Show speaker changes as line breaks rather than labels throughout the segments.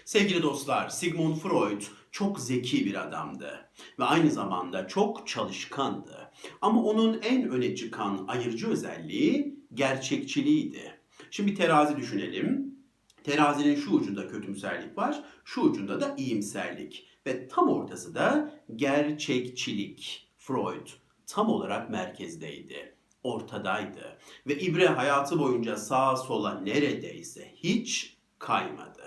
Sevgili dostlar, Sigmund Freud çok zeki bir adamdı ve aynı zamanda çok çalışkandı. Ama onun en öne çıkan ayırıcı özelliği gerçekçiliğiydi. Şimdi bir terazi düşünelim. Terazinin şu ucunda kötümserlik var, şu ucunda da iyimserlik ve tam ortası da gerçekçilik. Freud tam olarak merkezdeydi, ortadaydı ve İbre hayatı boyunca sağa sola neredeyse hiç kaymadı.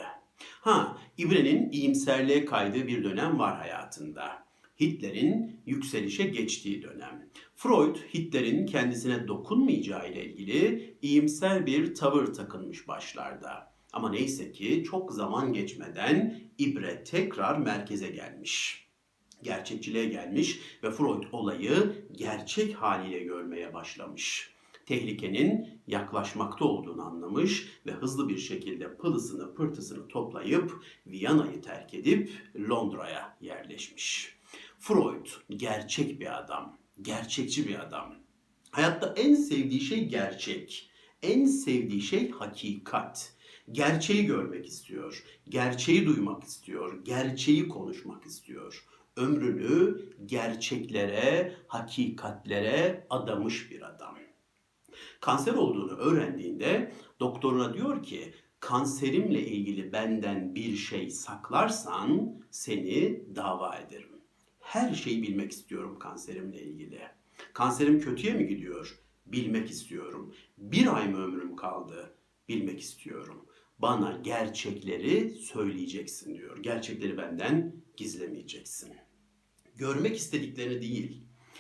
İbre'nin iyimserliğe kaydığı bir dönem var hayatında. Hitler'in yükselişe geçtiği dönem. Freud, Hitler'in kendisine dokunmayacağı ile ilgili iyimser bir tavır takınmış başlarda. Ama neyse ki çok zaman geçmeden İbre tekrar merkeze gelmiş. Gerçekçiliğe gelmiş ve Freud olayı gerçek haliyle görmeye başlamış. Tehlikenin yaklaşmakta olduğunu anlamış ve hızlı bir şekilde pılısını pırtısını toplayıp Viyana'yı terk edip Londra'ya yerleşmiş. Freud gerçek bir adam, gerçekçi bir adam. Hayatta en sevdiği şey gerçek, en sevdiği şey hakikat. Gerçeği görmek istiyor, gerçeği duymak istiyor, gerçeği konuşmak istiyor. Ömrünü gerçeklere, hakikatlere adamış bir adam. Kanser olduğunu öğrendiğinde doktoruna diyor ki kanserimle ilgili benden bir şey saklarsan seni dava ederim. Her şeyi bilmek istiyorum kanserimle ilgili. Kanserim kötüye mi gidiyor? Bilmek istiyorum. Bir ay mı ömrüm kaldı? Bilmek istiyorum. Bana gerçekleri söyleyeceksin diyor. Gerçekleri benden gizlemeyeceksin. Görmek istediklerini değil,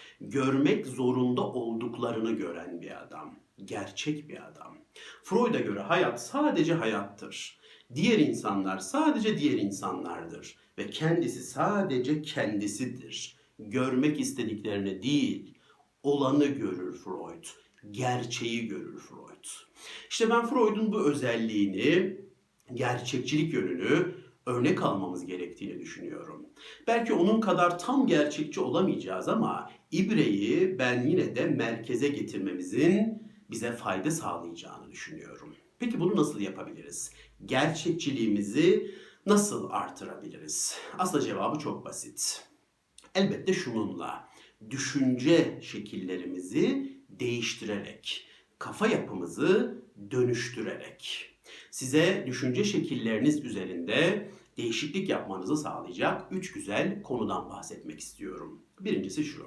görmek zorunda olduklarını gören bir adam. Gerçek bir adam. Freud'a göre hayat sadece hayattır. Diğer insanlar sadece diğer insanlardır. Ve kendisi sadece kendisidir. Görmek istediklerini değil, olanı görür Freud. Gerçeği görür Freud. İşte ben Freud'un bu özelliğini, gerçekçilik yönünü örnek almamız gerektiğini düşünüyorum. Belki onun kadar tam gerçekçi olamayacağız ama İbre'yi ben yine de merkeze getirmemizin bize fayda sağlayacağını düşünüyorum. Peki bunu nasıl yapabiliriz? Gerçekçiliğimizi nasıl artırabiliriz? Aslında cevabı çok basit. Elbette şununla, düşünce şekillerimizi değiştirerek, kafa yapımızı dönüştürerek. Size düşünce şekilleriniz üzerinde değişiklik yapmanızı sağlayacak 3 güzel konudan bahsetmek istiyorum. Birincisi şu.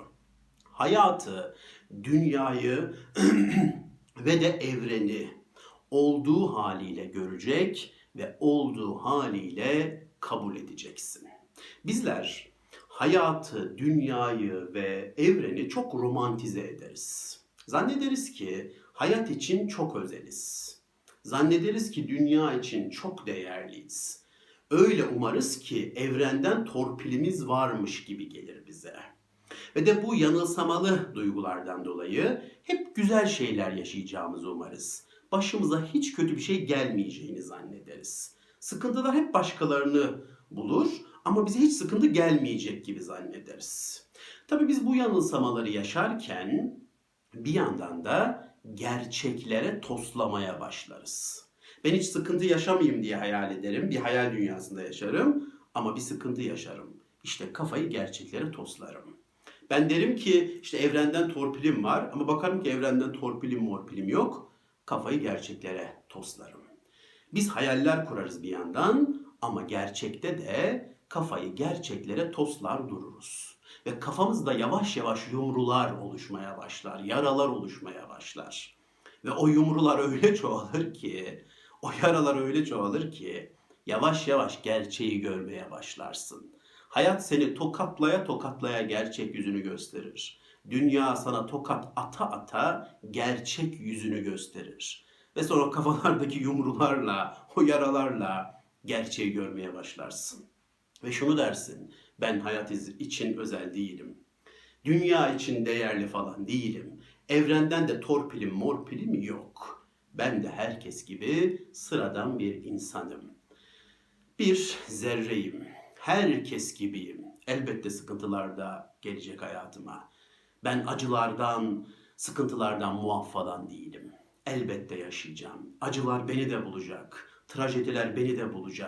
Hayatı, dünyayı ve de evreni olduğu haliyle görecek ve olduğu haliyle kabul edeceksin. Bizler hayatı, dünyayı ve evreni çok romantize ederiz. Zannederiz ki hayat için çok özeliz. Zannederiz ki dünya için çok değerliyiz. Öyle umarız ki evrenden torpilimiz varmış gibi gelir bize. Ve de bu yanılsamalı duygulardan dolayı hep güzel şeyler yaşayacağımızı umarız. Başımıza hiç kötü bir şey gelmeyeceğini zannederiz. Sıkıntılar hep başkalarını bulur ama bize hiç sıkıntı gelmeyecek gibi zannederiz. Tabii biz bu yanılsamaları yaşarken bir yandan da gerçeklere toslamaya başlarız. Ben hiç sıkıntı yaşamayayım diye hayal ederim. Bir hayal dünyasında yaşarım ama bir sıkıntı yaşarım. İşte kafayı gerçeklere toslarım. Ben derim ki işte evrenden torpilim var ama bakarım ki evrenden torpilim morpilim yok. Kafayı gerçeklere toslarım. Biz hayaller kurarız bir yandan ama gerçekte de kafayı gerçeklere toslar dururuz. Ve kafamızda yavaş yavaş yumrular oluşmaya başlar, yaralar oluşmaya başlar. Ve o yumrular öyle çoğalır ki, o yaralar öyle çoğalır ki yavaş yavaş gerçeği görmeye başlarsın. Hayat seni tokatlaya tokatlaya gerçek yüzünü gösterir. Dünya sana tokat ata ata gerçek yüzünü gösterir. Ve sonra kafalardaki yumrularla, o yaralarla gerçeği görmeye başlarsın. Ve şunu dersin, ben hayat için özel değilim. Dünya için değerli falan değilim. Evrenden de torpilim morpilim yok. Ben de herkes gibi sıradan bir insanım. Bir zerreyim. Herkes gibiyim. Elbette sıkıntılar da gelecek hayatıma. Ben acılardan, sıkıntılardan muaf falan değilim. Elbette yaşayacağım. Acılar beni de bulacak. Trajediler beni de bulacak.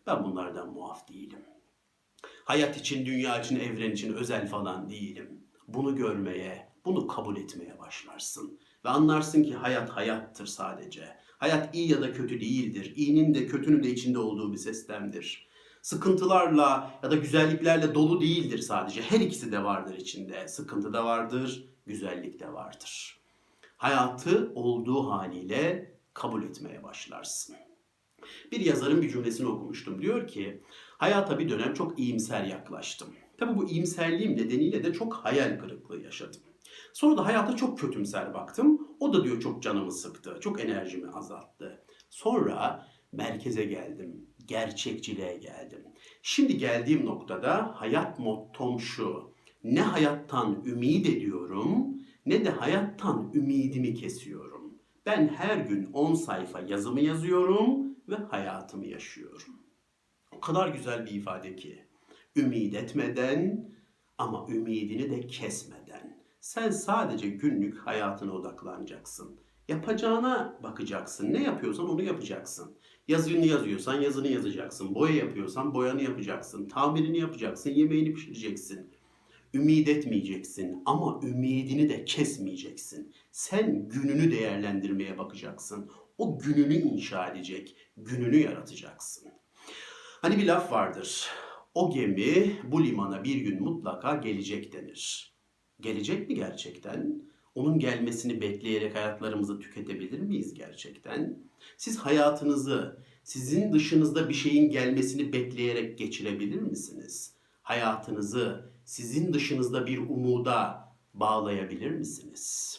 Ben bunlardan muaf değilim. Hayat için, dünya için, evren için özel falan değilim. Bunu görmeye, bunu kabul etmeye başlarsın. Ve anlarsın ki hayat hayattır sadece. Hayat iyi ya da kötü değildir. İyinin de kötünün de içinde olduğu bir sistemdir. Sıkıntılarla ya da güzelliklerle dolu değildir sadece. Her ikisi de vardır içinde. Sıkıntı da vardır, güzellik de vardır. Hayatı olduğu haliyle kabul etmeye başlarsın. Bir yazarın bir cümlesini okumuştum. Diyor ki, hayata bir dönem çok iyimser yaklaştım. Tabii bu iyimserliğim nedeniyle de çok hayal kırıklığı yaşadım. Sonra da hayata çok kötümser baktım. O da diyor çok canımı sıktı, çok enerjimi azalttı. Sonra merkeze geldim, gerçekçiliğe geldim. Şimdi geldiğim noktada hayat mottom şu: ne hayattan ümit ediyorum, ne de hayattan ümidimi kesiyorum. Ben her gün 10 sayfa yazımı yazıyorum ve hayatımı yaşıyorum. O kadar güzel bir ifade ki. Ümit etmeden ama ümidini de kesmeden. Sen sadece günlük hayatına odaklanacaksın. Yapacağına bakacaksın. Ne yapıyorsan onu yapacaksın. Yazını yazıyorsan yazını yazacaksın. Boya yapıyorsan boyanı yapacaksın. Tamirini yapacaksın. Yemeğini pişireceksin. Ümit etmeyeceksin ama ümidini de kesmeyeceksin. Sen gününü değerlendirmeye bakacaksın. O gününü inşa edecek, gününü yaratacaksın. Hani bir laf vardır. O gemi bu limana bir gün mutlaka gelecek denir. Gelecek mi gerçekten? Onun gelmesini bekleyerek hayatlarımızı tüketebilir miyiz gerçekten? Siz hayatınızı sizin dışınızda bir şeyin gelmesini bekleyerek geçirebilir misiniz? Hayatınızı sizin dışınızda bir umuda bağlayabilir misiniz?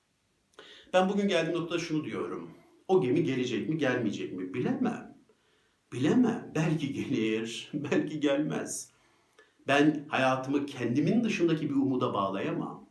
Ben bugün geldiğim noktada şunu diyorum. O gemi gelecek mi, gelmeyecek mi? Bilemem. Bilemem. Belki gelir, belki gelmez. Ben hayatımı kendimin dışındaki bir umuda bağlayamam.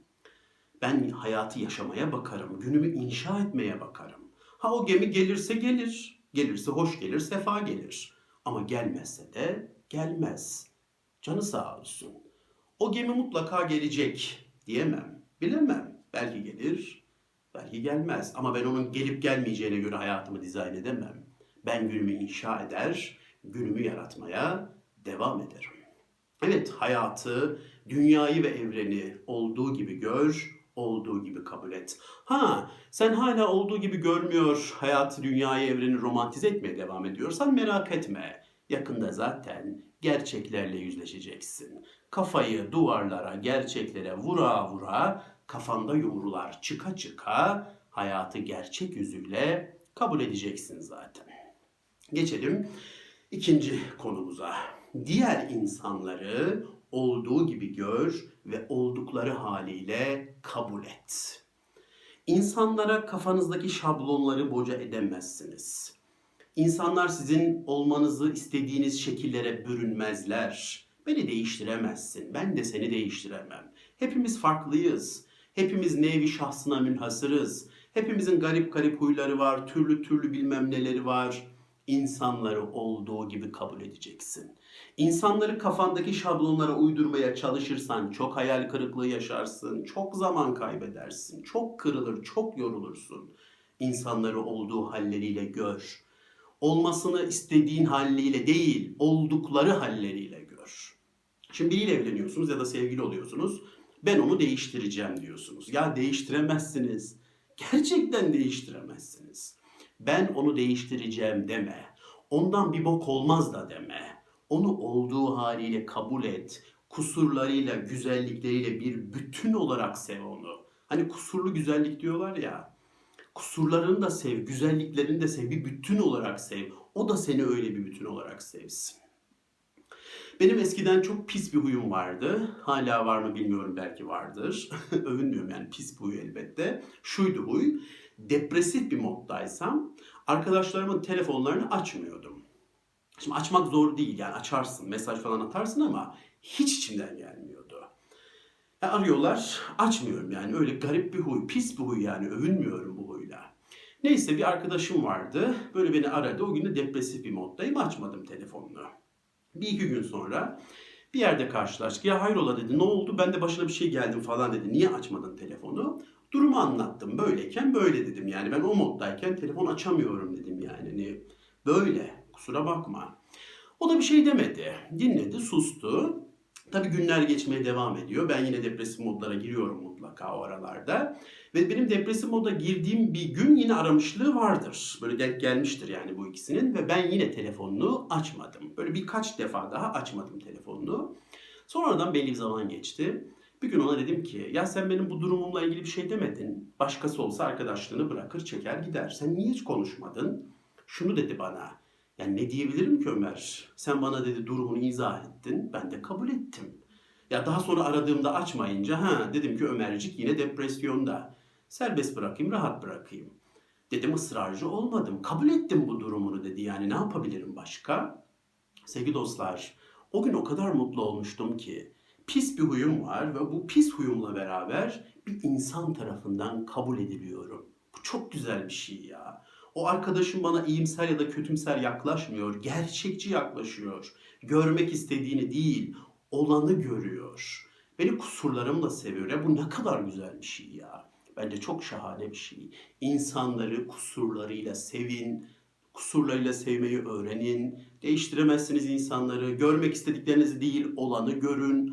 Ben hayatı yaşamaya bakarım, günümü inşa etmeye bakarım. Ha o gemi gelirse gelir, gelirse hoş gelir, sefa gelir. Ama gelmezse de gelmez. Canı sağ olsun. O gemi mutlaka gelecek diyemem, bilemem. Belki gelir, belki gelmez. Ama ben onun gelip gelmeyeceğine göre hayatımı dizayn edemem. Ben günümü inşa eder, günümü yaratmaya devam ederim. Evet, hayatı, dünyayı ve evreni olduğu gibi gör, olduğu gibi kabul et. Ha, sen hala olduğu gibi görmüyor, hayatı, dünyayı, evreni romantize etmeye devam ediyorsan merak etme. Yakında zaten gerçeklerle yüzleşeceksin. Kafayı duvarlara, gerçeklere vura vura, kafanda yumrular çıka çıka hayatı gerçek yüzüyle kabul edeceksin zaten. Geçelim ikinci konumuza. Diğer insanları olduğu gibi gör ve oldukları haliyle kabul et. İnsanlara kafanızdaki şablonları boca edemezsiniz. İnsanlar sizin olmanızı istediğiniz şekillere bürünmezler. Beni değiştiremezsin, ben de seni değiştiremem. Hepimiz farklıyız. Hepimiz nevi şahsına münhasırız. Hepimizin garip garip huyları var, türlü türlü bilmem neleri var. İnsanları olduğu gibi kabul edeceksin. İnsanları kafandaki şablonlara uydurmaya çalışırsan çok hayal kırıklığı yaşarsın, çok zaman kaybedersin, çok kırılır, çok yorulursun. İnsanları olduğu halleriyle gör. Olmasını istediğin haliyle değil, oldukları halleriyle gör. Şimdi biriyle evleniyorsunuz ya da sevgili oluyorsunuz. Ben onu değiştireceğim diyorsunuz. Ya değiştiremezsiniz. Gerçekten değiştiremezsiniz. Ben onu değiştireceğim deme. Ondan bir bok olmaz da deme. Onu olduğu haliyle kabul et. Kusurlarıyla, güzellikleriyle bir bütün olarak sev onu. Hani kusurlu güzellik diyorlar ya. Kusurlarını da sev, güzelliklerini de sev, bir bütün olarak sev. O da seni öyle bir bütün olarak sevsin. Benim eskiden çok pis bir huyum vardı. Hala var mı bilmiyorum, belki vardır. Övünmüyorum yani, pis bir huy elbette. Şuydu huy. Depresif bir moddaysam arkadaşlarımın telefonlarını açmıyordum. Şimdi açmak zor değil yani, açarsın, mesaj falan atarsın ama hiç içimden gelmiyordu. Arıyorlar, açmıyorum yani, öyle garip bir huy, pis bir huy yani, övünmüyorum bu huyla. Neyse, bir arkadaşım vardı, böyle beni aradı, o gün de depresif bir moddayım, açmadım telefonunu. Bir iki gün sonra bir yerde karşılaştık. Ya hayrola dedi, ne oldu, ben de başına bir şey geldi falan dedi, niye açmadın telefonu? Durumu anlattım, böyleyken böyle dedim yani, ben o moddayken telefon açamıyorum dedim yani. Hani böyle, kusura bakma. O da bir şey demedi. Dinledi, sustu. Tabii günler geçmeye devam ediyor. Ben yine depresif modlara giriyorum mutlaka o aralarda. Ve benim depresif moda girdiğim bir gün yine aramışlığı vardır. Böyle denk gelmiştir yani bu ikisinin. Ve ben yine telefonunu açmadım. Böyle birkaç defa daha açmadım telefonunu. Sonradan belli bir zaman geçti. Bir gün ona dedim ki ya sen benim bu durumumla ilgili bir şey demedin. Başkası olsa arkadaşlığını bırakır çeker gider. Sen niye hiç konuşmadın? Şunu dedi bana. Yani ne diyebilirim ki Ömer? Sen bana dedi durumunu izah ettin. Ben de kabul ettim. Ya daha sonra aradığımda açmayınca dedim ki Ömercik yine depresyonda. Serbest bırakayım, rahat bırakayım. Dedim ısrarcı olmadım. Kabul ettim bu durumunu dedi. Yani ne yapabilirim başka? Sevgili dostlar, o gün o kadar mutlu olmuştum ki pis bir huyum var ve bu pis huyumla beraber bir insan tarafından kabul ediliyorum. Bu çok güzel bir şey ya. O arkadaşım bana iyimser ya da kötümser yaklaşmıyor, gerçekçi yaklaşıyor. Görmek istediğini değil, olanı görüyor. Beni kusurlarımla seviyor. Ya bu ne kadar güzel bir şey ya. Bence çok şahane bir şey. İnsanları kusurlarıyla sevin, kusurlarıyla sevmeyi öğrenin. Değiştiremezsiniz insanları. Görmek istediklerinizi değil, olanı görün.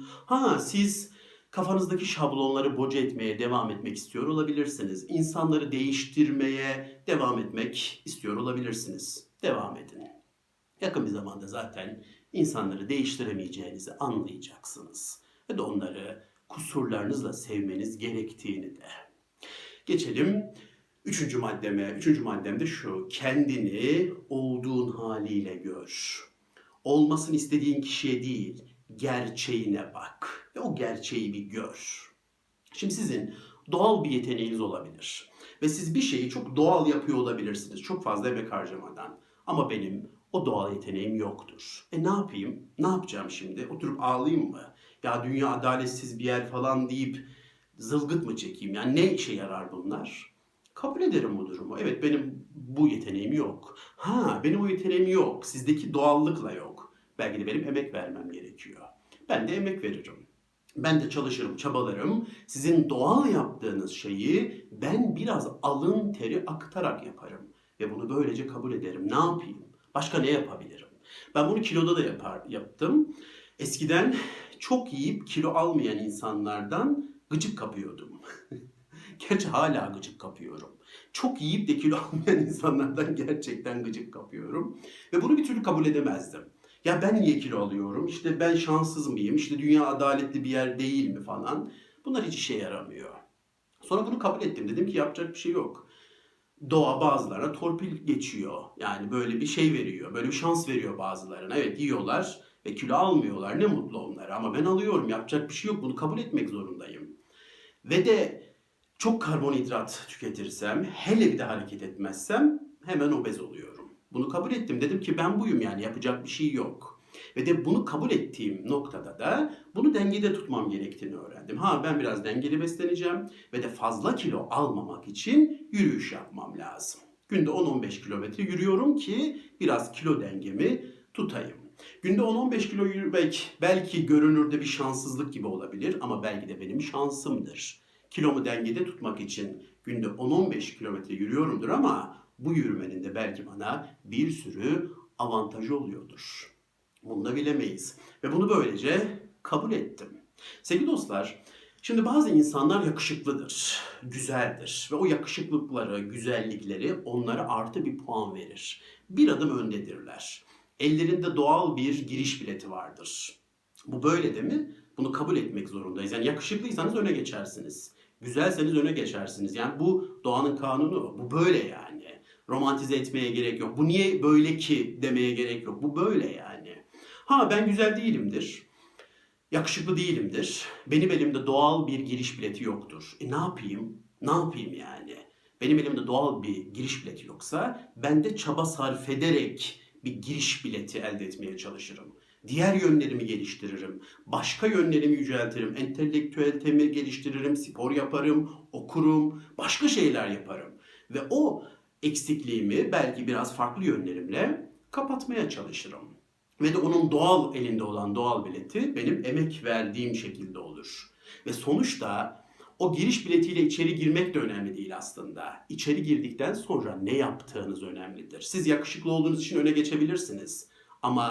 Siz kafanızdaki şablonları boca etmeye devam etmek istiyor olabilirsiniz. İnsanları değiştirmeye devam etmek istiyor olabilirsiniz. Devam edin. Yakın bir zamanda zaten insanları değiştiremeyeceğinizi anlayacaksınız. Ve de onları kusurlarınızla sevmeniz gerektiğini de. Geçelim üçüncü maddeme. Üçüncü maddem de şu. Kendini olduğun haliyle gör. Olmasını istediğin kişiye değil, gerçeğine bak. Ve o gerçeği bir gör. Şimdi sizin doğal bir yeteneğiniz olabilir. Ve siz bir şeyi çok doğal yapıyor olabilirsiniz. Çok fazla emek harcamadan. Ama benim o doğal yeteneğim yoktur. Ne yapayım? Ne yapacağım şimdi? Oturup ağlayayım mı? Ya dünya adaletsiz bir yer falan deyip zılgıt mı çekeyim? Yani ne işe yarar bunlar? Kabul ederim bu durumu. Evet benim bu yeteneğim yok. Benim o yeteneğim yok. Sizdeki doğallıkla yok. Belki de benim emek vermem gerekiyor. Ben de emek veririm. Ben de çalışırım, çabalarım. Sizin doğal yaptığınız şeyi ben biraz alın teri aktarak yaparım. Ve bunu böylece kabul ederim. Ne yapayım? Başka ne yapabilirim? Ben bunu kiloda da yaptım. Eskiden çok yiyip kilo almayan insanlardan gıcık kapıyordum. Gerçi hala gıcık kapıyorum. Çok yiyip de kilo almayan insanlardan gerçekten gıcık kapıyorum. Ve bunu bir türlü kabul edemezdim. Ya ben niye kilo alıyorum? İşte ben şanssız mıyım? İşte dünya adaletli bir yer değil mi falan. Bunlar hiç işe yaramıyor. Sonra bunu kabul ettim. Dedim ki yapacak bir şey yok. Doğa bazılarına torpil geçiyor. Yani böyle bir şey veriyor. Böyle bir şans veriyor bazılarına. Evet yiyorlar ve kilo almıyorlar. Ne mutlu onlara. Ama ben alıyorum. Yapacak bir şey yok. Bunu kabul etmek zorundayım. Ve de çok karbonhidrat tüketirsem, hele bir de hareket etmezsem hemen obez oluyorum. Bunu kabul ettim. Dedim ki ben buyum yani yapacak bir şey yok. Ve de bunu kabul ettiğim noktada da bunu dengede tutmam gerektiğini öğrendim. Ben biraz dengeli besleneceğim ve de fazla kilo almamak için yürüyüş yapmam lazım. Günde 10-15 kilometre yürüyorum ki biraz kilo dengemi tutayım. Günde 10-15 kilo yürümek belki görünürde bir şanssızlık gibi olabilir ama belki de benim şansımdır. Kilomu dengede tutmak için günde 10-15 kilometre yürüyorumdur ama bu yürümenin de belki bana bir sürü avantajı oluyordur. Bunu da bilemeyiz. Ve bunu böylece kabul ettim. Sevgili dostlar, şimdi bazı insanlar yakışıklıdır, güzeldir ve o yakışıklıkları, güzellikleri onlara artı bir puan verir. Bir adım öndedirler. Ellerinde doğal bir giriş bileti vardır. Bu böyle değil mi? Bunu kabul etmek zorundayız. Yani yakışıklıysanız öne geçersiniz. Güzelseniz öne geçersiniz. Yani bu doğanın kanunu. Bu böyle yani. Romantize etmeye gerek yok. Bu niye böyle ki demeye gerek yok. Bu böyle yani. Ben güzel değilimdir. Yakışıklı değilimdir. Benim elimde doğal bir giriş bileti yoktur. Ne yapayım? Ne yapayım yani? Benim elimde doğal bir giriş bileti yoksa ben de çaba sarf ederek bir giriş bileti elde etmeye çalışırım. Diğer yönlerimi geliştiririm. Başka yönlerimi yüceltirim. Entelektüelitemi geliştiririm. Spor yaparım. Okurum. Başka şeyler yaparım. Ve o eksikliğimi belki biraz farklı yönlerimle kapatmaya çalışırım. Ve de onun doğal elinde olan doğal bileti benim emek verdiğim şekilde olur. Ve sonuçta o giriş biletiyle içeri girmek de önemli değil aslında. İçeri girdikten sonra ne yaptığınız önemlidir. Siz yakışıklı olduğunuz için öne geçebilirsiniz. Ama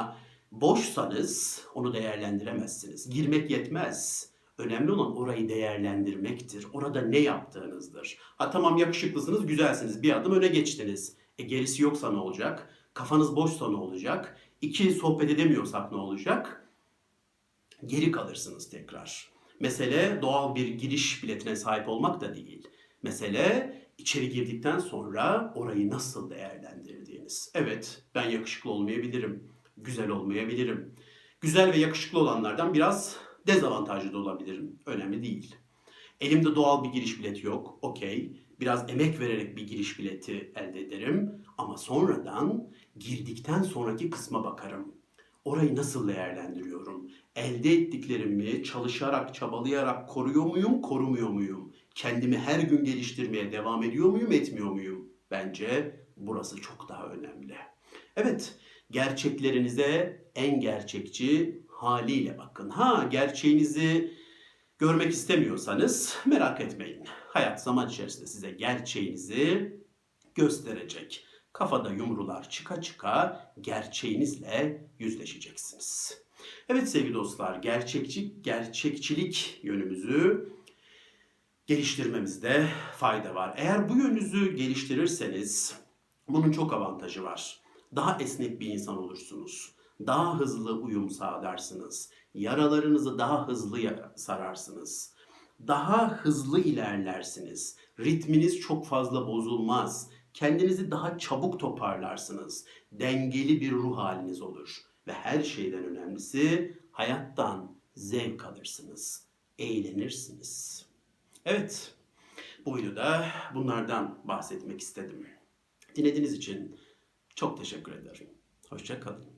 Boşsanız onu değerlendiremezsiniz. Girmek yetmez. Önemli olan orayı değerlendirmektir. Orada ne yaptığınızdır. Ha tamam, yakışıklısınız, güzelsiniz. Bir adım öne geçtiniz. Gerisi yoksa ne olacak? Kafanız boşsa ne olacak? İki, sohbet edemiyorsak ne olacak? Geri kalırsınız tekrar. Mesele doğal bir giriş biletine sahip olmak da değil. Mesele içeri girdikten sonra orayı nasıl değerlendirdiğiniz. Evet, ben yakışıklı olmayabilirim, güzel olmayabilirim. Güzel ve yakışıklı olanlardan biraz dezavantajlı da olabilirim. Önemli değil. Elimde doğal bir giriş bileti yok. Okey. Biraz emek vererek bir giriş bileti elde ederim. Ama sonradan girdikten sonraki kısma bakarım. Orayı nasıl değerlendiriyorum? Elde ettiklerimi çalışarak, çabalayarak koruyor muyum, korumuyor muyum? Kendimi her gün geliştirmeye devam ediyor muyum, etmiyor muyum? Bence burası çok daha önemli. Evet, gerçeklerinize en gerçekçi haliyle bakın. Ha, gerçeğinizi görmek istemiyorsanız merak etmeyin. Hayat zaman içerisinde size gerçeğinizi gösterecek. Kafada yumrular çıka çıka gerçeğinizle yüzleşeceksiniz. Evet sevgili dostlar, gerçekçilik yönümüzü geliştirmemizde fayda var. Eğer bu yönünüzü geliştirirseniz bunun çok avantajı var. Daha esnek bir insan olursunuz. Daha hızlı uyum sağlarsınız. Yaralarınızı daha hızlı sararsınız. Daha hızlı ilerlersiniz. Ritminiz çok fazla bozulmaz. Kendinizi daha çabuk toparlarsınız. Dengeli bir ruh haliniz olur. Ve her şeyden önemlisi hayattan zevk alırsınız. Eğlenirsiniz. Evet, bu videoda bunlardan bahsetmek istedim. Dinlediğiniz için çok teşekkür ederim. Hoşça kalın.